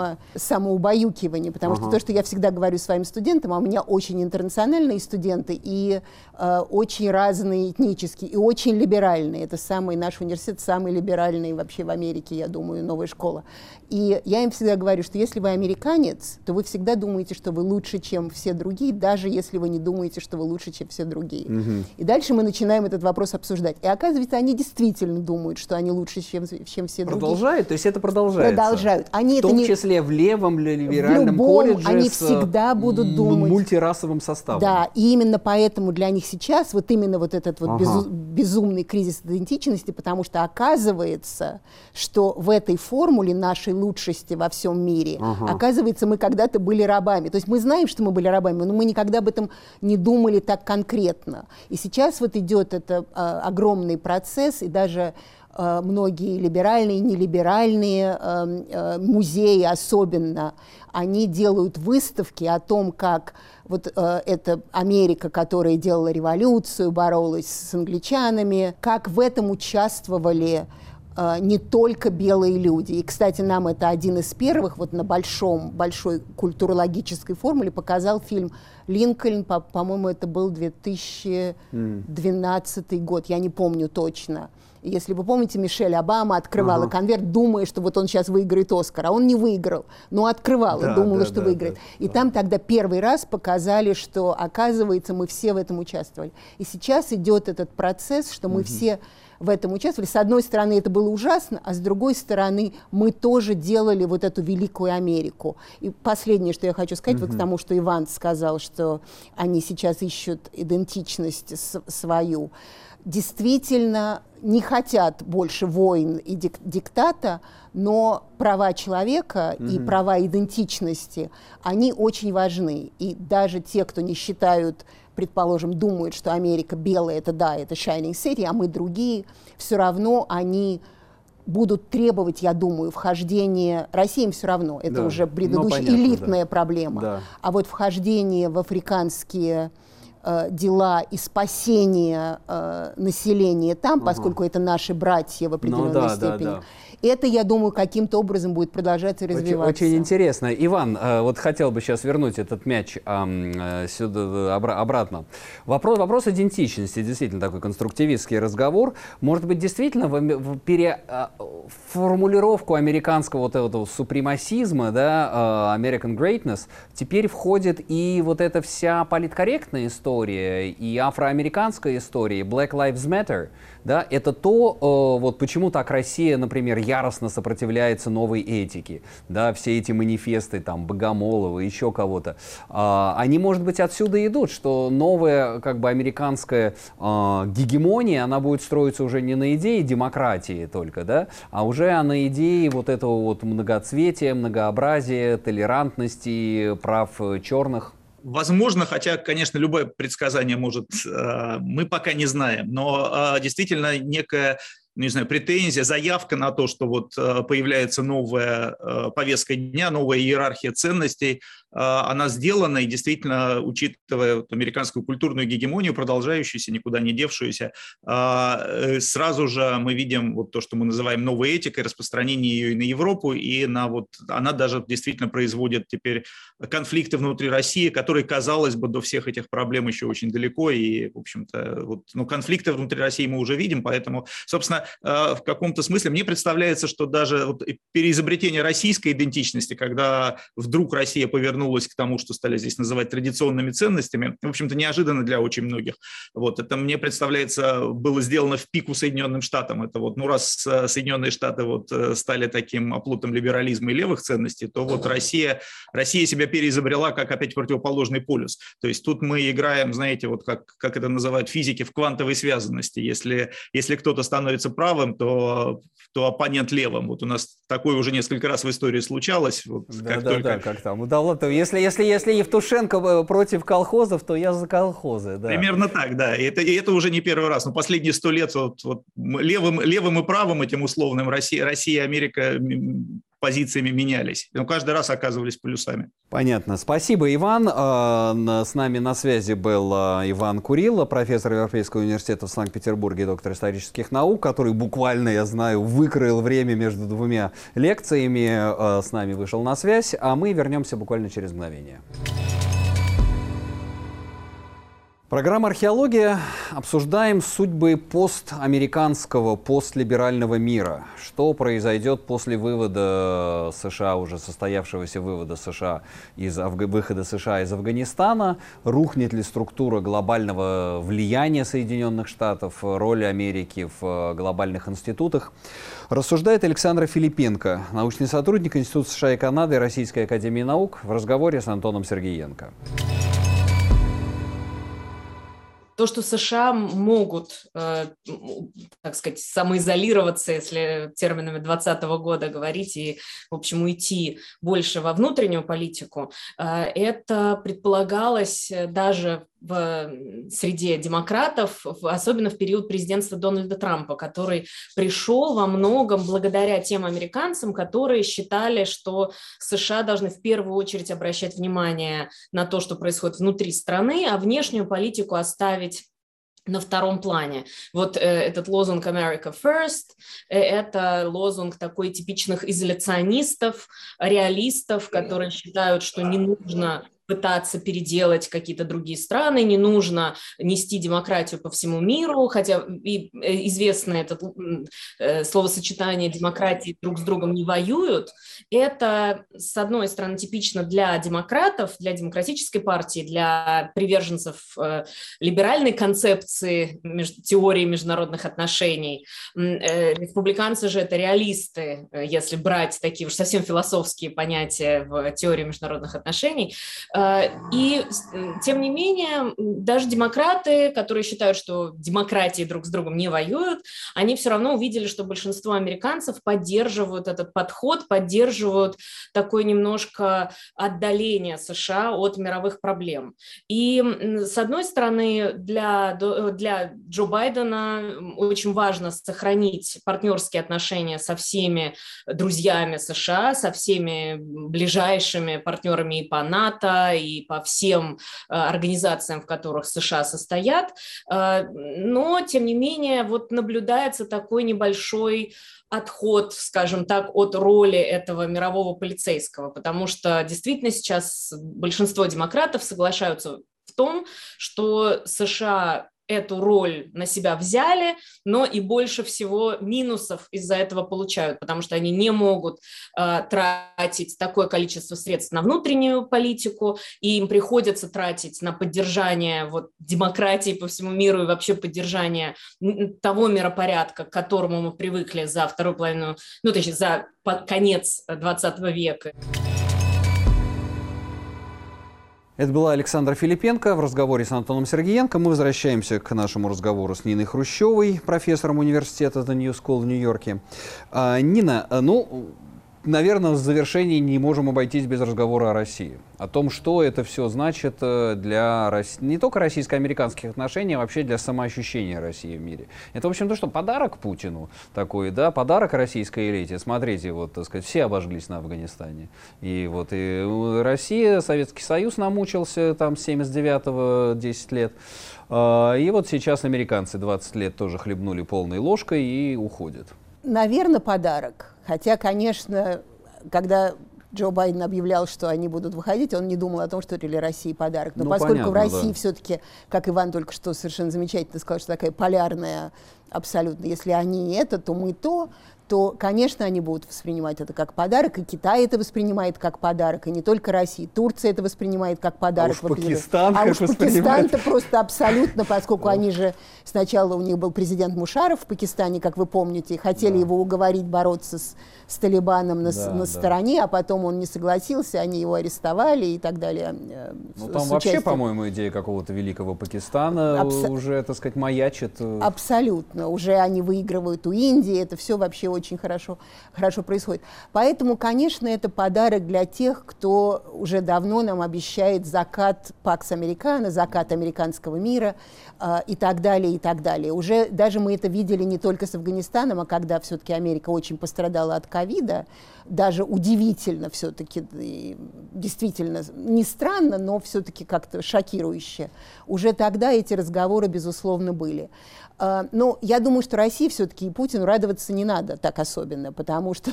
самоубаюкивание, потому что то, что я всегда говорю своим студентам, а у меня очень интернациональные студенты и очень разные этнические, и очень либеральные. Это наш университет самый либеральный вообще в Америке, я думаю, новая школа. И я им всегда говорю, что если вы американец, то вы всегда думаете, что вы лучше, чем все другие, даже если вы не думаете, что вы лучше, чем все другие. И дальше мы начинаем этот вопрос обсуждать. И оказывается, они действительно думают, что они лучше, чем все другие. Продолжают? То есть это продолжается? Продолжают. Они в том числе в левом либеральном колледже они всегда будут думать. Мультирасовым составом. Да, и именно поэтому для них сейчас вот именно вот этот вот безумный кризис идентичности, потому что оказывается, что в этой формуле нашей лучшести во всем мире, оказывается, мы когда-то были рабами. То есть мы знаем, что мы были рабами, но мы никогда об этом не думали так конкретно. И сейчас вот идет это огромный процесс, и даже многие либеральные и нелиберальные музеи особенно, они делают выставки о том, как вот эта Америка, которая делала революцию, боролась с англичанами, как в этом участвовали не только белые люди. И, кстати, нам это один из первых вот на большой культурологической формуле показал фильм «Линкольн», по-моему, это был 2012 год, я не помню точно. Если вы помните, Мишель Обама открывала конверт, думая, что вот он сейчас выиграет «Оскар», а он не выиграл, но открывала, думала, что выиграет. И там тогда первый раз показали, что, оказывается, мы все в этом участвовали. И сейчас идет этот процесс, что мы все в этом участвовали. С одной стороны, это было ужасно, а с другой стороны, мы тоже делали вот эту великую Америку. И последнее, что я хочу сказать, вот к тому, что Иван сказал, что они сейчас ищут идентичность свою. Действительно не хотят больше войн и диктата, но права человека и права идентичности, они очень важны. И даже те, кто не считают, предположим, думают, что Америка белая, это да, это Shining City, а мы другие, все равно они будут требовать, я думаю, вхождения, России им все равно, это уже предыдущая элитная проблема, а вот вхождение в африканские дела и спасение населения там, поскольку это наши братья в определенной степени. Это, я думаю, каким-то образом будет продолжаться и развиваться. Очень интересно. Иван, вот хотел бы сейчас вернуть этот мяч сюда, обратно. Вопрос идентичности, действительно такой конструктивистский разговор. Может быть, действительно в формулировку американского вот этого супремасизма, да, American Greatness, теперь входит и вот эта вся политкорректная история, и афроамериканская история, Black Lives Matter. Да, это то, вот почему так Россия, например, яростно сопротивляется новой этике. Да, все эти манифесты, там, Богомолова, еще кого-то, они, может быть, отсюда идут, что новая, как бы, американская гегемония, она будет строиться уже не на идее демократии только, да, а уже на идее вот этого вот многоцветия, многообразия, толерантности, прав черных. Возможно, хотя, конечно, любое предсказание может, мы пока не знаем, но действительно некая, не знаю, претензия, заявка на то, что вот появляется новая повестка дня, новая иерархия ценностей, она сделана, и действительно, учитывая американскую культурную гегемонию, продолжающуюся, никуда не девшуюся, сразу же мы видим вот то, что мы называем новой этикой, распространение ее и на Европу, и она даже действительно производит теперь конфликты внутри России, которые, казалось бы, до всех этих проблем еще очень далеко, и, в общем-то, конфликты внутри России мы уже видим, поэтому, собственно, в каком-то смысле мне представляется, что даже переизобретение российской идентичности, когда вдруг Россия повернулась к тому, что стали здесь называть традиционными ценностями, в общем-то, неожиданно для очень многих. Это, мне представляется, было сделано в пику Соединенным Штатам. Это раз Соединенные Штаты стали таким оплотом либерализма и левых ценностей, то Россия себя переизобрела как опять противоположный полюс. То есть тут мы играем, знаете, как это называют физики, в квантовой связанности. Если кто-то становится правым, то оппонент левым. У нас такое уже несколько раз в истории случалось. Как там. Если Евтушенко против колхозов, то я за колхозы. Да. Примерно так, да. И это уже не первый раз. Но последние 100 лет левым и правым этим условным Россия и Америка позициями менялись. Но каждый раз оказывались плюсами. Понятно. Спасибо, Иван. С нами на связи был Иван Курило, профессор Европейского университета в Санкт-Петербурге, доктор исторических наук, который буквально, я знаю, выкроил время между двумя лекциями. С нами вышел на связь, а мы вернемся буквально через мгновение. Программа «Археология». Обсуждаем судьбы постамериканского, постлиберального мира. Что произойдет после вывода США, уже состоявшегося вывода США выхода США из Афганистана? Рухнет ли структура глобального влияния Соединенных Штатов, роли Америки в глобальных институтах? Рассуждает Александра Филипенко, научный сотрудник Института США и Канады Российской академии наук, в разговоре с Антоном Сергеенко. То, что США могут, так сказать, самоизолироваться, если терминами 2020 года говорить, и, в общем, уйти больше во внутреннюю политику, это предполагалось даже в среде демократов, особенно в период президентства Дональда Трампа, который пришел во многом благодаря тем американцам, которые считали, что США должны в первую очередь обращать внимание на то, что происходит внутри страны, а внешнюю политику оставить на втором плане. Этот лозунг «America First» – это лозунг такой типичных изоляционистов, реалистов, которые считают, что не нужно пытаться переделать какие-то другие страны, не нужно нести демократию по всему миру, хотя и известно это словосочетание «демократии друг с другом не воюют». Это, с одной стороны, типично для демократов, для демократической партии, для приверженцев либеральной концепции теории международных отношений. Республиканцы же это реалисты, если брать такие уж совсем философские понятия в теории международных отношений. И, тем не менее, даже демократы, которые считают, что демократии друг с другом не воюют, они все равно увидели, что большинство американцев поддерживают этот подход, поддерживают такое немножко отдаление США от мировых проблем. И, с одной стороны, для Джо Байдена очень важно сохранить партнерские отношения со всеми друзьями США, со всеми ближайшими партнерами и по НАТО, и по всем организациям, в которых США состоят, но, тем не менее, наблюдается такой небольшой отход, скажем так, от роли этого мирового полицейского, потому что действительно сейчас большинство демократов соглашаются в том, что США эту роль на себя взяли, но и больше всего минусов из-за этого получают, потому что они не могут тратить такое количество средств на внутреннюю политику, и им приходится тратить на поддержание демократии по всему миру и вообще поддержание того миропорядка, к которому мы привыкли за вторую половину, точнее, за конец 20 века. Это была Александра Филипенко в разговоре с Антоном Сергеенко. Мы возвращаемся к нашему разговору с Ниной Хрущевой, профессором университета The New School в Нью-Йорке. Нина, наверное, в завершении не можем обойтись без разговора о России. О том, что это все значит для не только российско-американских отношений, а вообще для самоощущения России в мире. Это, в общем-то, что, подарок Путину такой, да, подарок российской элите. Смотрите, вот, так сказать, все обожглись на Афганистане. И вот и Россия, Советский Союз намучился там с 79-го 10 лет. И вот сейчас американцы 20 лет тоже хлебнули полной ложкой и уходят. Наверное, подарок. Хотя, конечно, когда Джо Байден объявлял, что они будут выходить, он не думал о том, что это для России подарок. Но поскольку понятно, в России да. все-таки, как Иван только что совершенно замечательно сказал, что такая полярная абсолютно, если они не это, то мы то, конечно, они будут воспринимать это как подарок, и Китай это воспринимает как подарок, и не только Россия. Турция это воспринимает как подарок. А уж Пакистан а как уж воспринимает. Пакистан-то просто абсолютно, поскольку они же сначала у них был президент Мушаров в Пакистане, как вы помните, хотели его уговорить бороться с Талибаном на стороне, а потом он не согласился, они его арестовали и так далее. Ну, там вообще, по-моему, идея какого-то великого Пакистана уже, так сказать, маячит. Абсолютно. Уже они выигрывают у Индии, это все вообще очень хорошо происходит. Поэтому, конечно, это подарок для тех, кто уже давно нам обещает закат Пакс Американо, закат американского мира и так далее, и так далее. Уже даже мы это видели не только с Афганистаном, а когда все-таки Америка очень пострадала от ковида, даже удивительно все-таки, действительно, не странно, но все-таки как-то шокирующе. Уже тогда эти разговоры, безусловно, были. Но я думаю, что России все-таки и Путину радоваться не надо так особенно, потому что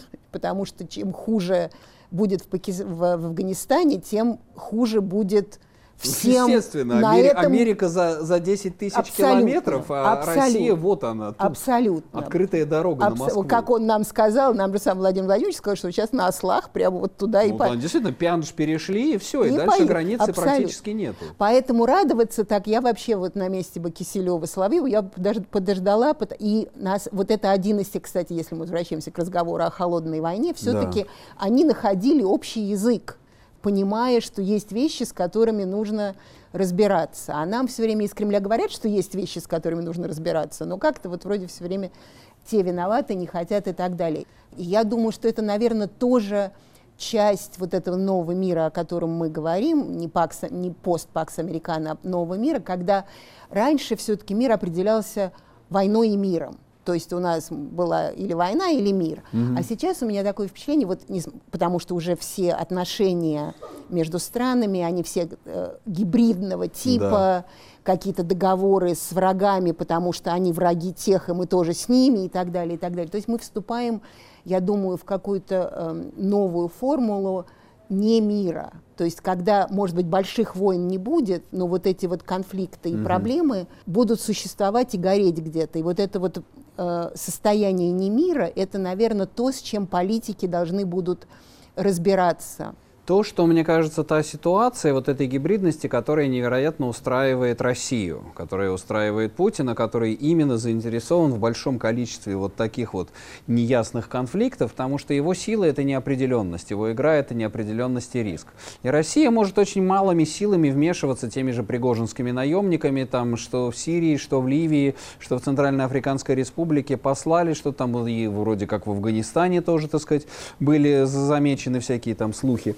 чем хуже будет в Афганистане, тем хуже будет всем. Естественно, Америка за 10 тысяч километров, а Россия вот она, тут абсолютно. Открытая дорога на Москву. Как он нам сказал, нам же сам Владимир Владимирович сказал, что сейчас на ослах прямо вот туда и да, действительно, Пяндж перешли, и все, и дальше границы практически нету. Поэтому радоваться так, я вообще вот на месте бы Киселева, Соловьева, я даже подождала, и нас, вот это один из тех, кстати, если мы возвращаемся к разговору о холодной войне, все-таки они находили общий язык, понимая, что есть вещи, с которыми нужно разбираться. А нам все время из Кремля говорят, что есть вещи, с которыми нужно разбираться, но как-то вот вроде все время те виноваты, не хотят и так далее. И я думаю, что это, наверное, тоже часть вот этого нового мира, о котором мы говорим, не пост-Пакс Американо, а нового мира, когда раньше все-таки мир определялся войной и миром. То есть у нас была или война, или мир. А сейчас у меня такое впечатление, вот, потому что уже все отношения между странами, они все гибридного типа, какие-то договоры с врагами, потому что они враги тех, и мы тоже с ними, и так далее, и так далее. То есть мы вступаем, я думаю, в какую-то новую формулу не мира. То есть когда, может быть, больших войн не будет, но вот эти вот конфликты и проблемы будут существовать и гореть где-то. И вот это вот состояние не мира, это, наверное, то, с чем политики должны будут разбираться. То, что, мне кажется, та ситуация вот этой гибридности, которая невероятно устраивает Россию, которая устраивает Путина, который именно заинтересован в большом количестве вот таких вот неясных конфликтов, потому что его сила — это неопределенность, его игра — это неопределенность и риск. И Россия может очень малыми силами вмешиваться теми же пригожинскими наемниками, там, что в Сирии, что в Ливии, что в Центральноафриканской Республике послали, что там и вроде как в Афганистане тоже, так сказать, были замечены всякие там слухи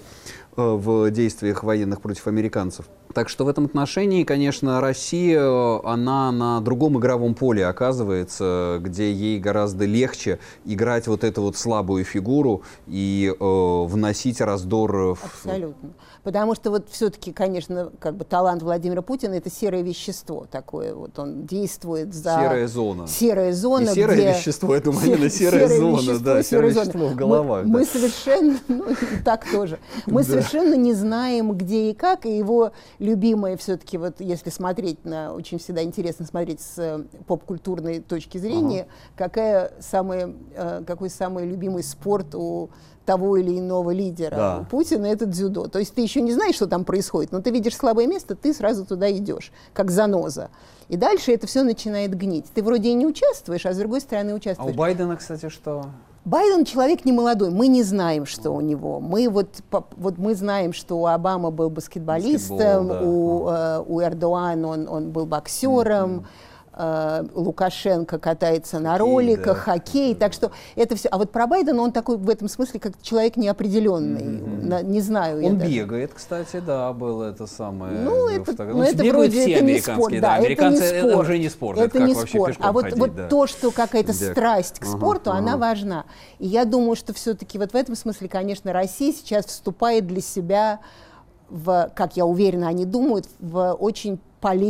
в действиях военных против американцев. Так что в этом отношении, конечно, Россия, она на другом игровом поле оказывается, где ей гораздо легче играть вот эту вот слабую фигуру и вносить раздор. Абсолютно. Потому что вот все-таки, конечно, как бы талант Владимира Путина — это серое вещество такое. Вот он действует за... Серая зона. Серая зона, не серое вещество, я думаю, именно серая зона. Да, серое вещество в головах. Мы совершенно, ну и так тоже, мы совершенно не знаем, где и как, и его любимое все-таки, вот если смотреть на, очень всегда интересно смотреть с поп-культурной точки зрения, какой самый любимый спорт у того или иного лидера. У Путина это дзюдо. То есть ты еще не знаешь, что там происходит, но ты видишь слабое место, ты сразу туда идешь, как заноза. И дальше это все начинает гнить. Ты вроде и не участвуешь, а с другой стороны участвуешь. А у Байдена, кстати, что? Байден человек не молодой, мы не знаем, что у него. Мы мы знаем, что у Обамы был баскетболистом, у Эрдоана он был боксером. Лукашенко катается на роликах, хоккей, так что это все. А вот про Байдена он такой в этом смысле как человек неопределенный, не знаю. Он бегает, кстати, да, было это самое. Ну, это вроде это не спорт, да, американцы, это уже не спорт, это как не вообще спорт. пешком А вот, ходить, вот то, что какая-то страсть к спорту, она важна. И я думаю, что все-таки вот в этом смысле, конечно, Россия сейчас вступает для себя как я уверена, они думают, в очень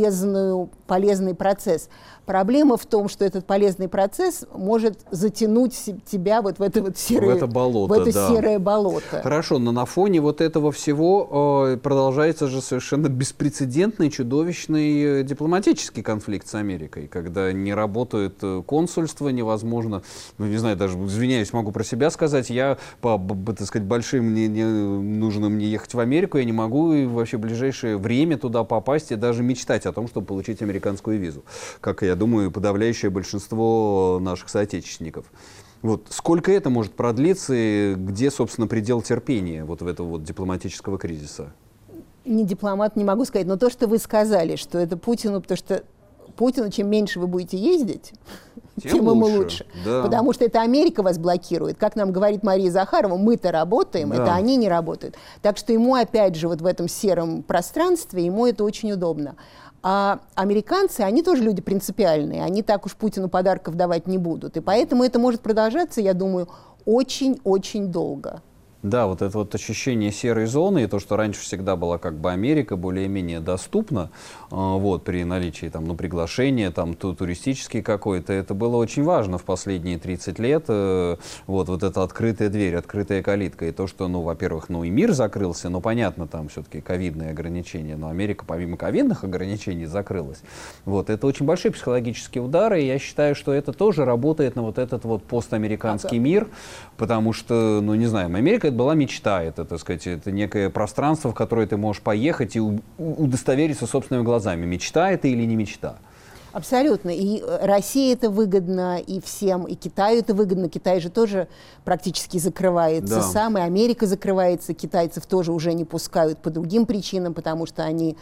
полезный процесс. Проблема в том, что этот полезный процесс может затянуть тебя вот в это вот серое болото. Серое болото. Хорошо, но на фоне вот этого всего продолжается же совершенно беспрецедентный, чудовищный дипломатический конфликт с Америкой, когда не работает консульство, невозможно, ну не знаю, даже, извиняюсь, могу про себя сказать, я по, так сказать, большим не нужно мне ехать в Америку, я не могу и вообще в ближайшее время туда попасть и даже мечтать о том, чтобы получить американскую визу, как я думаю, подавляющее большинство наших соотечественников. Вот. Сколько это может продлиться и где, собственно, предел терпения вот в этого вот дипломатического кризиса? Не дипломат, не могу сказать, но то, что вы сказали, что это Путину, потому что Путину, чем меньше вы будете ездить, тем ему лучше. Да. Потому что это Америка вас блокирует. Как нам говорит Мария Захарова, мы-то работаем, да. Это они не работают. Так что ему, опять же, вот в этом сером пространстве, ему это очень удобно. А американцы, они тоже люди принципиальные, они так уж Путину подарков давать не будут. И поэтому это может продолжаться, я думаю, очень-очень долго. Да, вот это вот ощущение серой зоны, и то, что раньше всегда была как бы Америка более-менее доступна, вот, при наличии там, ну, приглашения, там, туристический какой-то, это было очень важно в последние 30 лет, вот эта открытая дверь, открытая калитка, и то, что, ну, во-первых, ну, и мир закрылся, но понятно, там все-таки ковидные ограничения, но Америка помимо ковидных ограничений закрылась, вот, это очень большие психологические удары, и я считаю, что это тоже работает на вот этот вот постамериканский мир, потому что, ну, не знаю, Америка это была мечта, это, так сказать, это некое пространство, в которое ты можешь поехать и удостовериться собственными глазами, мечта это или не мечта. Абсолютно. И России это выгодно, и всем, и Китаю это выгодно. Китай же тоже практически закрывается сам, и Америка закрывается, китайцев тоже уже не пускают по другим причинам, потому что они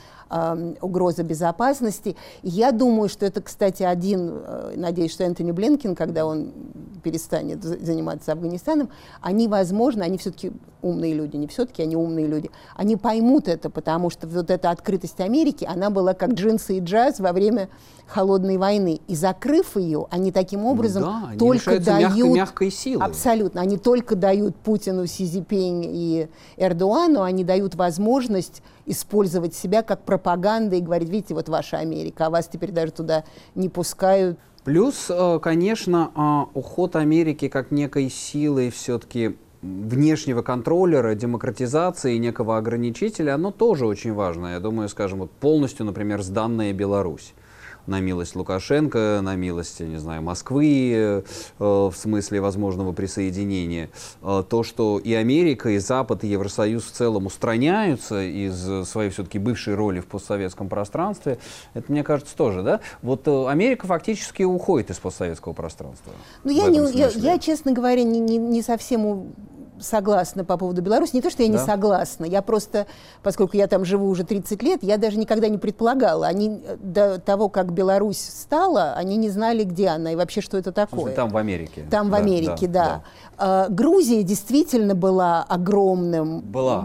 угроза безопасности. И я думаю, что это, кстати, надеюсь, что Энтони Блинкен, когда он перестанет заниматься Афганистаном, они, возможно, они все-таки умные люди, не все-таки, они умные люди, они поймут это, потому что вот эта открытость Америки, она была как джинсы и джаз во время холодной войны. И закрыв ее, они таким образом только дают... мягкой силой. Абсолютно. Они только дают Путину, Си Цзиньпинь и Эрдогану, они дают возможность использовать себя как пропаганда и говорить, видите, вот ваша Америка, а вас теперь даже туда не пускают. Плюс, конечно, уход Америки как некой силы все-таки внешнего контроллера, демократизации, некого ограничителя, оно тоже очень важно. Я думаю, скажем, вот полностью, например, сданная Беларусь на милость Лукашенко, на милость, я не знаю, Москвы, в смысле возможного присоединения. То, что и Америка, и Запад, и Евросоюз в целом устраняются из своей все-таки бывшей роли в постсоветском пространстве, это, мне кажется, тоже, да? Вот Америка фактически уходит из постсоветского пространства. Ну, я, честно говоря, не совсем согласна по поводу Беларуси. Не то, что я не согласна, я просто, поскольку я там живу уже 30 лет, я даже никогда не предполагала. Они до того, как Беларусь стала, они не знали, где она и вообще, что это такое. Там в Америке. Там в Америке, да. Грузия действительно была огромным... Была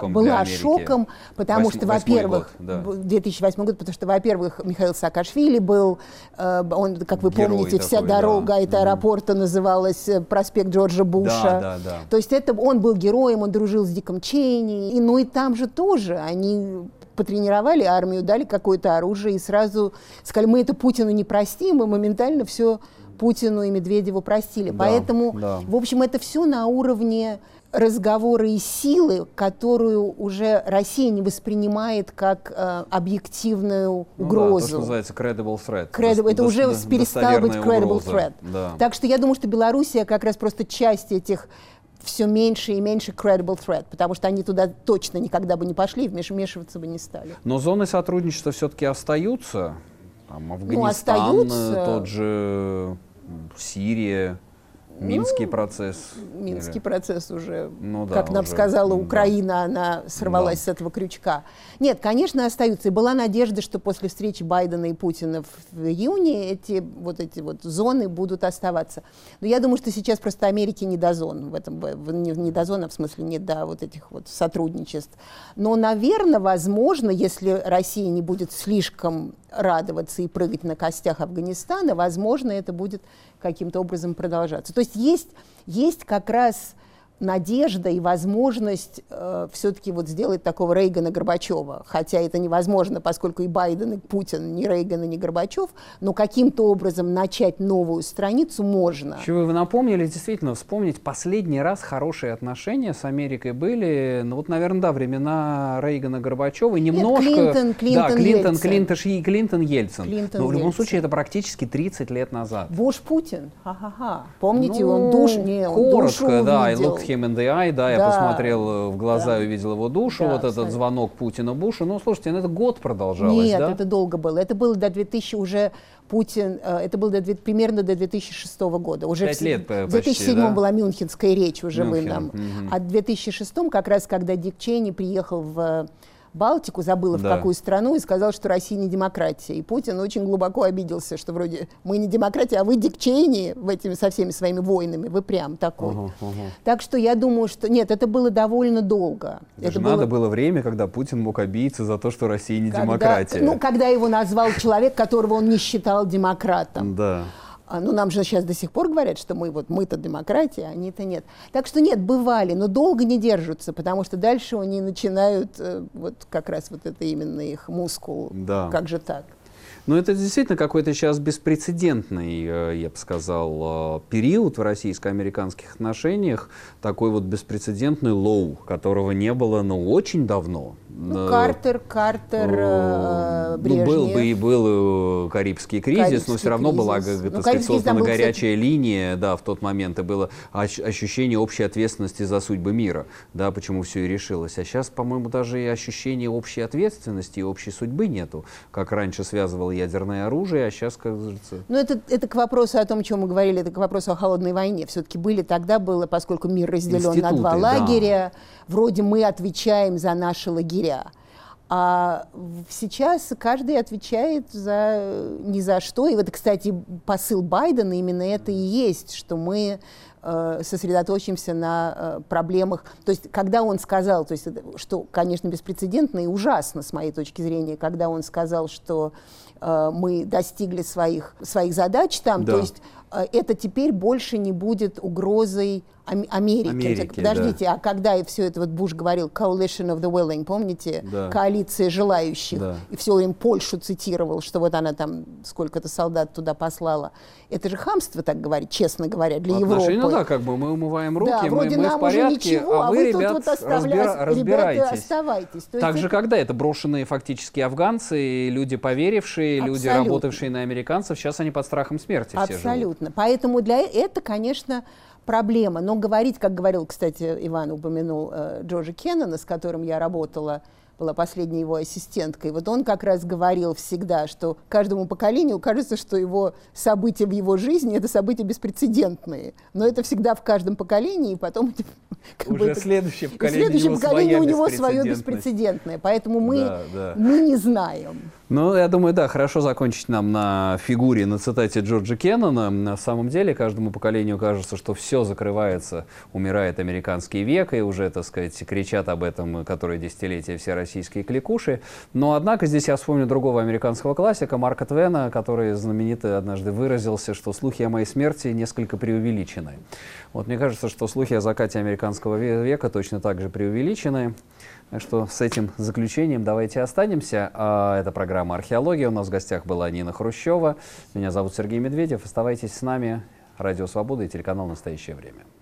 шоком, потому что, во-первых, 2008 год, потому что, во-первых, Михаил Саакашвили был, он, как вы помните, вся дорога этого аэропорта называлась проспект Джорджа Буша. То есть он был героем, он дружил с Диком Чейни. Ну и там же тоже они потренировали армию, дали какое-то оружие и сразу сказали, мы это Путину не простим, и моментально все Путину и Медведеву простили. Поэтому, в общем, это все на уровне разговора и силы, которую уже Россия не воспринимает как объективную угрозу. То, что называется credible threat. Это уже перестало быть credible threat. Так что я думаю, что Белоруссия как раз просто часть этих все меньше и меньше credible threat, потому что они туда точно никогда бы не пошли и вмешиваться бы не стали. Но зоны сотрудничества все-таки остаются. Там Афганистан, тот же Сирия. Минский процесс. Минский процесс уже, ну, да, как нам уже, сказала да. Украина, она сорвалась с этого крючка. Нет, конечно, остаются. И была надежда, что после встречи Байдена и Путина в июне эти вот зоны будут оставаться. Но я думаю, что сейчас просто Америке не до зон. Не до зон, а в смысле не до вот этих вот сотрудничеств. Но, наверное, возможно, если Россия не будет слишком радоваться и прыгать на костях Афганистана, возможно, это будет каким-то образом продолжаться. То есть есть как раз надежда и возможность все-таки вот сделать такого Рейгана-Горбачева. Хотя это невозможно, поскольку и Байден, и Путин, ни Рейган, ни Горбачев, но каким-то образом начать новую страницу можно. Чего вы напомнили, действительно, вспомнить, последний раз хорошие отношения с Америкой были, ну вот, наверное, да, времена Рейгана-Горбачева, немножко... Клинтон, Ельцин. Но в любом случае это практически 30 лет назад. Буш-Путин, ха-ха-ха. Помните, ну, он душу да, увидел. Him in the eye, да, я посмотрел в глаза и увидел его душу, Да, вот этот звонок Путина Бушу. Ну, слушайте, это год продолжалось, Нет, да? это долго было. Это было до 2000 уже Путин, это было примерно до 2006 года. Уже 5 лет почти, в 2007 да? была мюнхенская речь уже Мюнхен, вы нам. А в 2006 как раз, когда Дик Чейни приехал в Балтику, забыла в какую страну, и сказал, что Россия не демократия. И Путин очень глубоко обиделся, что вроде мы не демократия, а вы Дик Чейни со всеми своими войнами, вы прям такой. Так что я думаю, что нет, это было довольно долго. Это надо было время, когда Путин мог обидеться за то, что Россия не демократия. Ну, когда его назвал человек, которого он не считал демократом. Да. Ну, нам же сейчас до сих пор говорят, что мы-то демократия, а они-то нет. Так что нет, бывали, но долго не держатся, потому что дальше они начинают, вот как раз вот это именно их мускул. Да. Как же так? Но это действительно какой-то сейчас беспрецедентный, я бы сказал, период в российско-американских отношиениях, такой вот беспрецедентный лоу, которого не было, очень давно. Ну, Картер, Брежнев. Был Карибский кризис, но все равно была, так сказать, создана горячая линия, да, в тот момент, и было ощущение общей ответственности за судьбы мира, да, почему все и решилось. А сейчас, по-моему, даже и ощущения общей ответственности и общей судьбы нету, как раньше связывало ядерное оружие, а сейчас, кажется... Ну, это к вопросу о том, о чем мы говорили, это к вопросу о холодной войне. Все-таки было, поскольку мир разделен на два лагеря, вроде мы отвечаем за наши лагеря. А сейчас каждый отвечает ни за что. И вот, кстати, посыл Байдена именно это и есть, что мы сосредоточимся на проблемах. То есть, когда он сказал, то есть, что, конечно, беспрецедентно и ужасно с моей точки зрения, когда он сказал, что мы достигли своих задач там, то есть это теперь больше не будет угрозой Америки. Подождите, а когда все это, вот Буш говорил, coalition of the willing, помните? Коалиция желающих. И все время Польшу цитировал, что вот она там сколько-то солдат туда послала. Это же хамство, так говорить, честно говоря, для Европы. Ну да, как бы мы умываем руки, да, мы в порядке, ничего, а вы, ребят, вот разбирайтесь. Ребята, оставайтесь. Так же, когда это брошенные фактически афганцы, люди поверившие, люди, работавшие на американцев, сейчас они под страхом смерти все живут. Абсолютно. Поэтому это, конечно, проблема. Но говорить, как говорил, кстати, Иван упомянул Джорджа Кеннона, с которым я работала, была последней его ассистенткой. Вот он как раз говорил всегда, что каждому поколению кажется, что его события в его жизни — это события беспрецедентные. Но это всегда в каждом поколении, и потом... Уже следующее поколение у него свое беспрецедентное. Поэтому мы не знаем. Ну, я думаю, да, хорошо закончить нам на фигуре, на цитате Джорджа Кеннона. На самом деле, каждому поколению кажется, что все закрывается, умирает американский век, и уже, так сказать, кричат об этом которые десятилетия все российские кликуши. Но, однако, здесь я вспомню другого американского классика, Марка Твена, который знаменито однажды выразился, что слухи о моей смерти несколько преувеличены. Вот мне кажется, что слухи о закате американского века точно так же преувеличены. Так что с этим заключением давайте останемся. Это программа «Археология». У нас в гостях была Нина Хрущева. Меня зовут Сергей Медведев. Оставайтесь с нами. Радио «Свобода» и телеканал «Настоящее время».